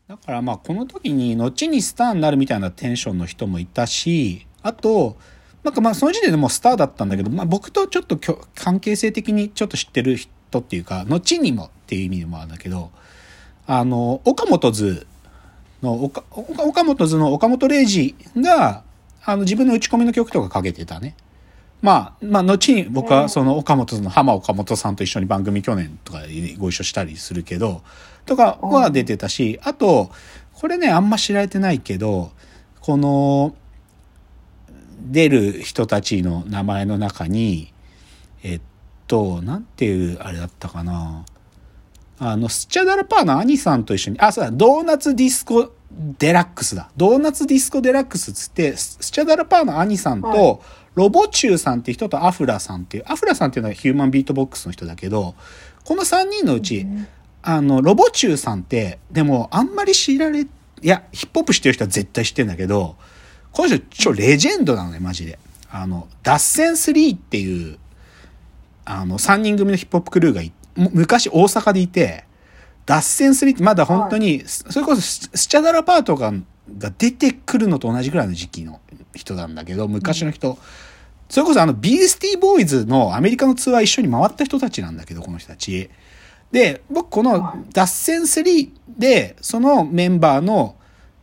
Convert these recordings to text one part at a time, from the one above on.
だからまあこの時に後にスターになるみたいなテンションの人もいたし、あとなんかまあその時点でもうスターだったんだけど、まあ僕とちょっと関係性的にちょっと知ってる人っていうか、後にもっていう意味でもあるんだけど、岡本図の岡本零士が自分の打ち込みの曲とかかけてたね。まあ後に僕はその岡本図の浜岡本さんと一緒に番組去年とかご一緒したりするけどとかは出てたし、あとこれねあんま知られてないけど、この出る人たちの名前の中になんていうあれだったかな、スチャダラパーの兄さんと一緒に、そうだ、ドーナツディスコデラックスだ。ドーナツディスコデラックスつって、スチャダラパーの兄さんと、ロボチューさんっていう人とアフラさんっていうのはヒューマンビートボックスの人だけど、この3人のうち、ロボチューさんって、でもあんまり知られ、いや、ヒップホップ知ってる人は絶対知ってるんだけど、この人レジェンドなのね、マジで。脱線3っていう、3人組のヒップホップクルーが昔大阪でいて、脱線3ってまだ本当に、それこそスチャダラパートが出てくるのと同じぐらいの時期の人なんだけど、昔の人。それこそビースティーボーイズのアメリカのツアー一緒に回った人たちなんだけど、この人たち。で、僕この脱線3で、そのメンバーの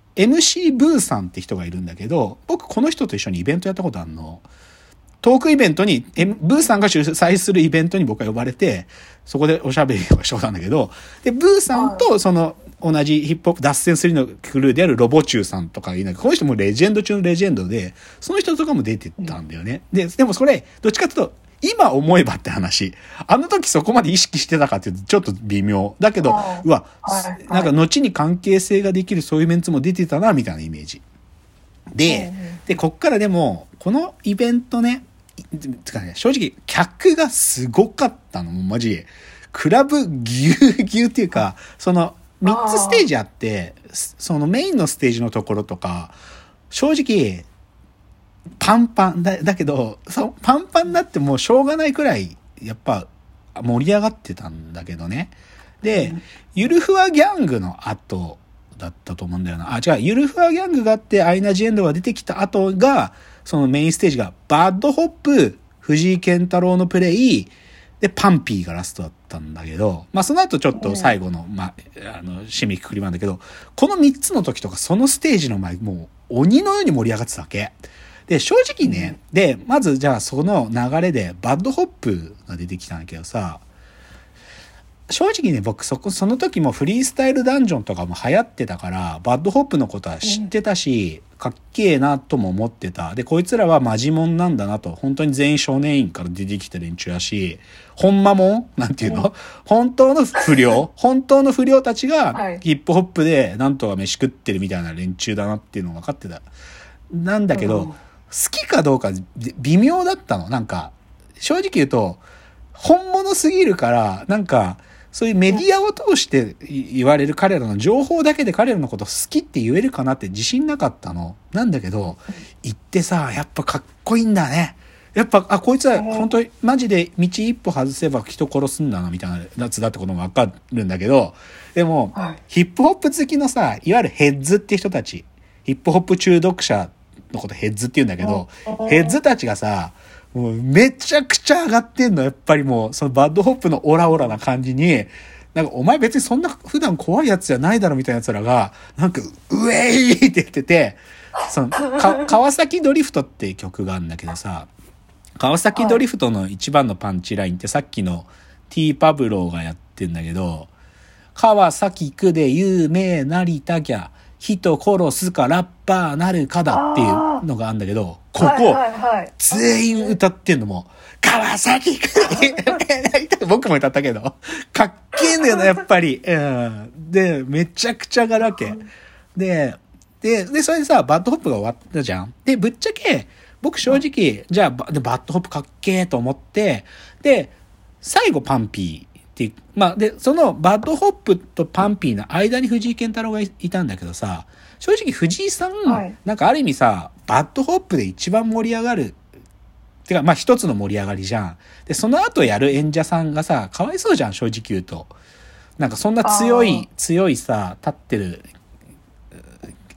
MC ブーさんって人がいるんだけど、僕この人と一緒にイベントやったことあるの。トークイベントに、ブーさんが主催するイベントに僕は呼ばれて、そこでおしゃべりをしたんだけど、で、ブーさんとその同じヒップホップ脱線3のクルーであるロボチューさんとかいない、この人もレジェンド中のレジェンドで、その人とかも出てたんだよね。でもそれ、どっちかというと、今思えばって話。あの時そこまで意識してたかっていうとちょっと微妙。だけど、なんか後に関係性ができるそういうメンツも出てたな、みたいなイメージ。で、こっからでも、このイベントね、正直、客がすごかったの、もうマジ。クラブぎゅうぎゅうっていうか、その3つステージあって、そのメインのステージのところとか、正直、パンパンだけど、パンパンになってもうしょうがないくらい、やっぱ盛り上がってたんだけどね。で、ゆるふわギャングの後だったと思うんだよな。違う、ゆるふわギャングがあって、アイナ・ジ・エンドが出てきた後が、そのメインステージが、バッドホップ、藤井健太郎のプレイ、で、パンピーがラストだったんだけど、まあその後ちょっと最後の、締めくくりなんだけど、この3つの時とかそのステージの前、もう鬼のように盛り上がってたわけ。で、正直ね、で、まずじゃあその流れでバッドホップが出てきたんだけどさ、正直ね、僕その時もフリースタイルダンジョンとかも流行ってたから、バッドホップのことは知ってたし、かっけえなとも思ってた。で、こいつらはマジモンなんだなと。本当に全員少年院から出てきた連中やし、ほんまもんなんていうの、本当の不良たちがヒップホップでなんとか飯食ってるみたいな連中だなっていうのが分かってた。なんだけど、好きかどうか微妙だったの。なんか、正直言うと、本物すぎるから、なんか、そういうメディアを通して言われる彼らの情報だけで彼らのこと好きって言えるかなって自信なかったの。なんだけど、言ってさ、やっぱかっこいいんだね。やっぱ、こいつは本当にマジで道一歩外せば人殺すんだなみたいなやつだってこともわかるんだけど、でも、ヒップホップ好きのさ、いわゆるヘッズって人たち、ヒップホップ中毒者のことヘッズって言うんだけど、ヘッズたちがさ、もうめちゃくちゃ上がってんの。やっぱりもう、そのバッドホップのオラオラな感じに、なんかお前別にそんな普段怖いやつじゃないだろみたいな奴らが、なんか、ウェイって言ってて、その、川崎ドリフトっていう曲があるんだけどさ、川崎ドリフトの一番のパンチラインってさっきの T パブローがやってんだけど、川崎区で有名なりたきゃ、人殺すかラッパーなるかだっていうのがあるんだけど、ここ、全員歌ってんのも、川崎区で僕も歌ったけど、かっけえんだよな、やっぱり。で、めちゃくちゃ上がるわけ。で、それでさ、バッドホップが終わったじゃん。で、ぶっちゃけ、僕正直、じゃあ、バッドホップかっけえと思って、で、最後パンピーっていう、まあ、で、そのバッドホップとパンピーの間に藤井健太郎がいたんだけどさ、正直藤井さん、なんかある意味さ、バッドホップで一番盛り上がる。てか、まあ一つの盛り上がりじゃん。で、その後やる演者さんがさ、かわいそうじゃん、正直言うと。なんかそんな強いさ、立ってる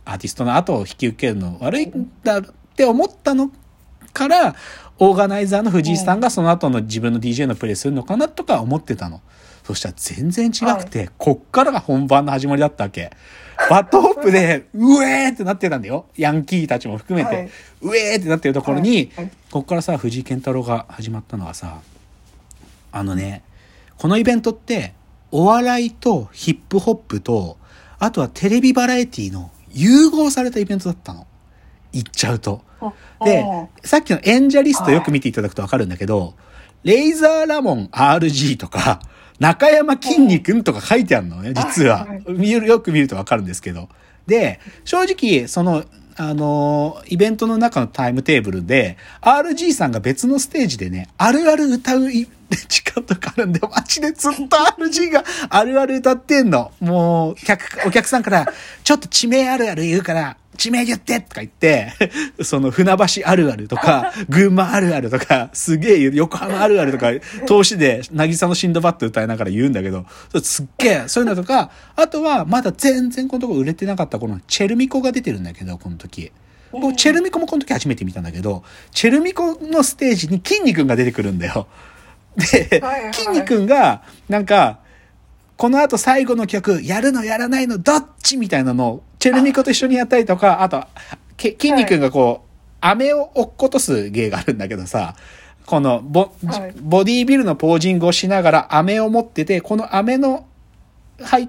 アーティストの後を引き受けるの悪いんだって思ったのから、オーガナイザーの藤井さんがその後の自分の DJ のプレイするのかなとか思ってたの。そしたら全然違くて、こっからが本番の始まりだったわけ。バッドホップで、うえーってなってたんだよ。ヤンキーたちも含めて、うえーってなってるところに、こっからさ、藤井健太郎が始まったのはさ、このイベントって、お笑いとヒップホップと、あとはテレビバラエティの融合されたイベントだったの。言っちゃうと。で、さっきの演者リストよく見ていただくとわかるんだけど、レイザーラモン RG とか、中山きんに君とか書いてあるのね、実は。よく見るとわかるんですけど。で、正直、イベントの中のタイムテーブルで、RG さんが別のステージでね、あるある歌う時間とかあるんで、マジでずっと RG があるある歌ってんの。もう、お客さんから、ちょっと地名あるある言うから、地名言ってとか言って、船橋あるあるとか、群馬あるあるとか、すげえ横浜あるあるとか、通しで、渚のシンドバッド歌いながら言うんだけど、すっげえ、そういうのとか、あとは、まだ全然このとこ売れてなかったこのチェルミコが出てるんだけど、この時。チェルミコもこの時初めて見たんだけど、チェルミコのステージに筋肉が出てくるんだよ。で、筋肉が、なんか、この後最後の曲、やるのやらないのどっちみたいなのを、チェルミコと一緒にやったりとか、あと、筋肉がこう、飴を落っことす芸があるんだけどさ、このボディービルのポージングをしながら飴を持ってて、この飴の入った、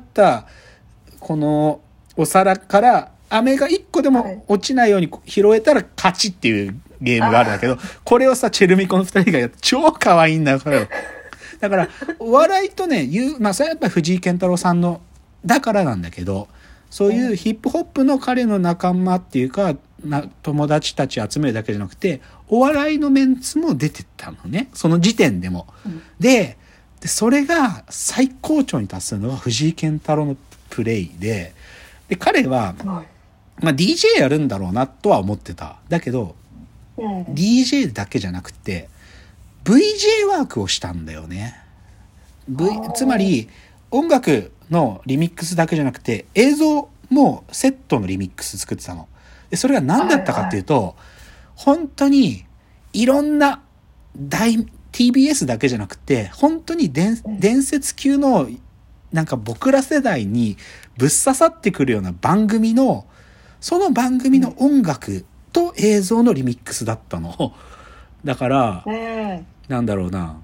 このお皿から、飴が一個でも落ちないように拾えたら勝ちっていうゲームがあるんだけど、これをさ、チェルミコの二人がやって超可愛いんだよ、これ。だから、お笑いとね、それはやっぱり藤井健太郎さんの、だからなんだけど、そういうヒップホップの彼の仲間っていうか、友達たち集めるだけじゃなくて、お笑いのメンツも出てたのね。その時点でも。で、それが最高潮に達するのは藤井健太郎のプレイで、彼は、DJ やるんだろうなとは思ってた。だけど、DJ だけじゃなくて、VJ ワークをしたんだよね。つまり、音楽のリミックスだけじゃなくて、映像もセットのリミックス作ってたの。で、それが何だったかっていうと、本当にいろんなTBS だけじゃなくて、本当に伝説級の、なんか僕ら世代にぶっ刺さってくるような番組の、その番組の音楽と映像のリミックスだったの。だから、なんだろうな。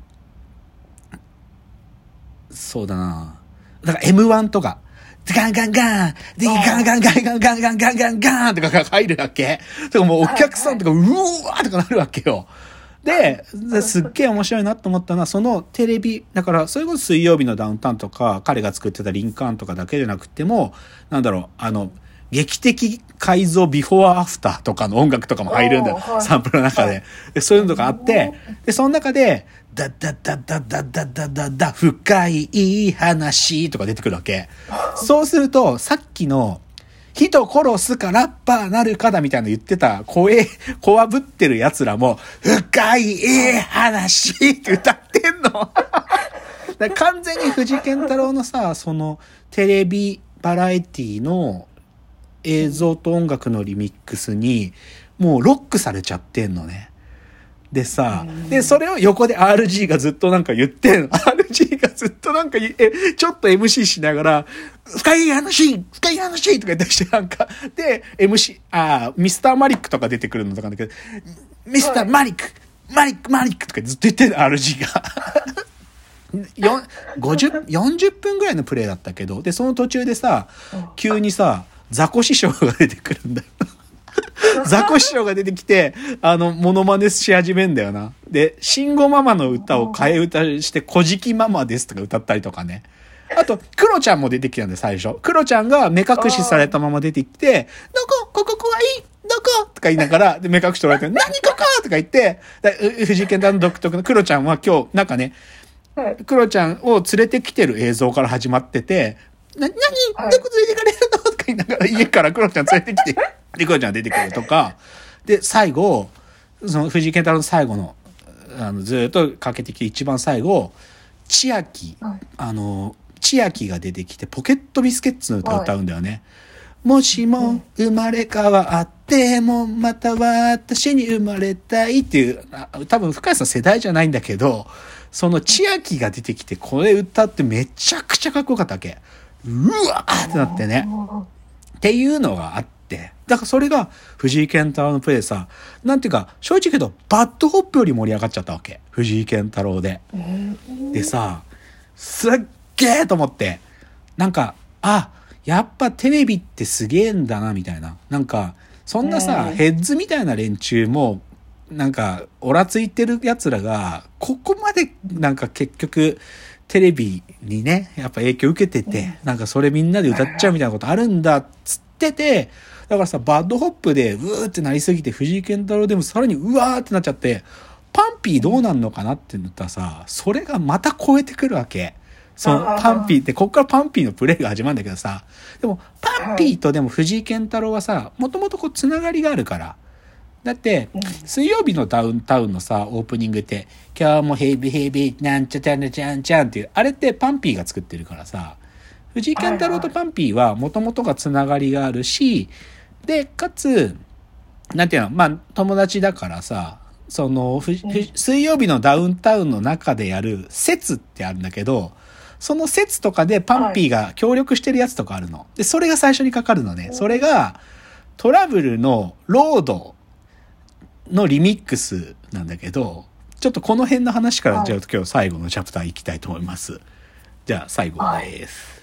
そうだな。だから M1 とか、ガンガンガンで、ガンガンガンガンガンガンガンガンガンとかが入るわけ。とかもうお客さんとか、うわーとかなるわけよ。で、すっげえ面白いなと思ったのは、そのテレビ、だから、それこそ水曜日のダウンタウンとか、彼が作ってたリンカーンとかだけじゃなくても、なんだろう、劇的改造ビフォーアフターとかの音楽とかも入るんだよ。サンプルの中で。でそういうのとかあって、で、その中で、ダダダダダダダダダ、深い話とか出てくるわけ。そうすると、さっきの、人殺すかラッパーなるかだみたいなの言ってた、こわぶってる奴らも、深い話って歌ってんの。だから完全に藤健太郎のさ、そのテレビバラエティの映像と音楽のリミックスに、もうロックされちゃってんのね。でさ、で、それを横で RG がずっとなんか言ってんの。RG がずっとなんかちょっと MC しながら、深い話とか言ったりしてなんか、で、ミスターマリックとか出てくるのとかだけど、ミスターマリックとかずっと言ってんの、RG が。40分ぐらいのプレイだったけど、で、その途中でさ、急にさ、ザコ師匠が出てくるんだよ。ザコ師匠が出てきて、モノマネし始めんだよな。で、慎吾ママの歌を替え歌して、小じきママですとか歌ったりとかね。あと、クロちゃんも出てきたんで、最初。クロちゃんが目隠しされたまま出てきて、ここ怖いどことか言いながら、で、目隠し取られて、何こことか言って、藤井健太の独特のクロちゃんは今日、なんかね、クロちゃんを連れてきてる映像から始まってて、どこ連れてかれるのとか言いながら家からクロちゃん連れてきて、で、クロちゃん出てくるとか、で、最後、その藤井健太郎の最後の、ずっとかけてきて一番最後、千秋が出てきて、ポケットビスケッツの歌を歌うんだよね。 もしも生まれ変わってもまた私に生まれたいっていう、多分深谷さん世代じゃないんだけど、その千秋が出てきてこれ歌ってめちゃくちゃかっこよかったわけ。うわーってなってね。っていうのがあって。だからそれが藤井健太郎のプレイさ、なんていうか、正直言うとバッドホップより盛り上がっちゃったわけ。藤井健太郎で。でさ、すっげーと思って。なんか、やっぱテレビってすげえんだな、みたいな。なんか、そんなさ、ヘッズみたいな連中も、なんか、オラついてる奴らが、ここまで、なんか結局、テレビにね、やっぱ影響受けてて、なんかそれみんなで歌っちゃうみたいなことあるんだ、つってて、だからさ、バッドホップで、うーってなりすぎて、藤井健太郎でもさらにうわーってなっちゃって、パンピーどうなんのかなって言ったらさ、それがまた超えてくるわけ。そのパンピーって、こっからパンピーのプレイが始まるんだけどさ、でもパンピーとでも藤井健太郎はさ、もともとこうつながりがあるから。だって、水曜日のダウンタウンのさ、オープニングって、今日もヘビヘビ、なんちゃちゃんちゃんちゃんっていう、あれってパンピーが作ってるからさ、藤井健太郎とパンピーはもともとがつながりがあるし、で、かつ、なんていうの、まあ、友達だからさ、その、水曜日のダウンタウンの中でやる説ってあるんだけど、その説とかでパンピーが協力してるやつとかあるの。で、それが最初にかかるのね。それが、トラブルのロードのリミックスなんだけど、ちょっとこの辺の話からじゃあ今日最後のチャプター行きたいと思います。じゃあ最後です。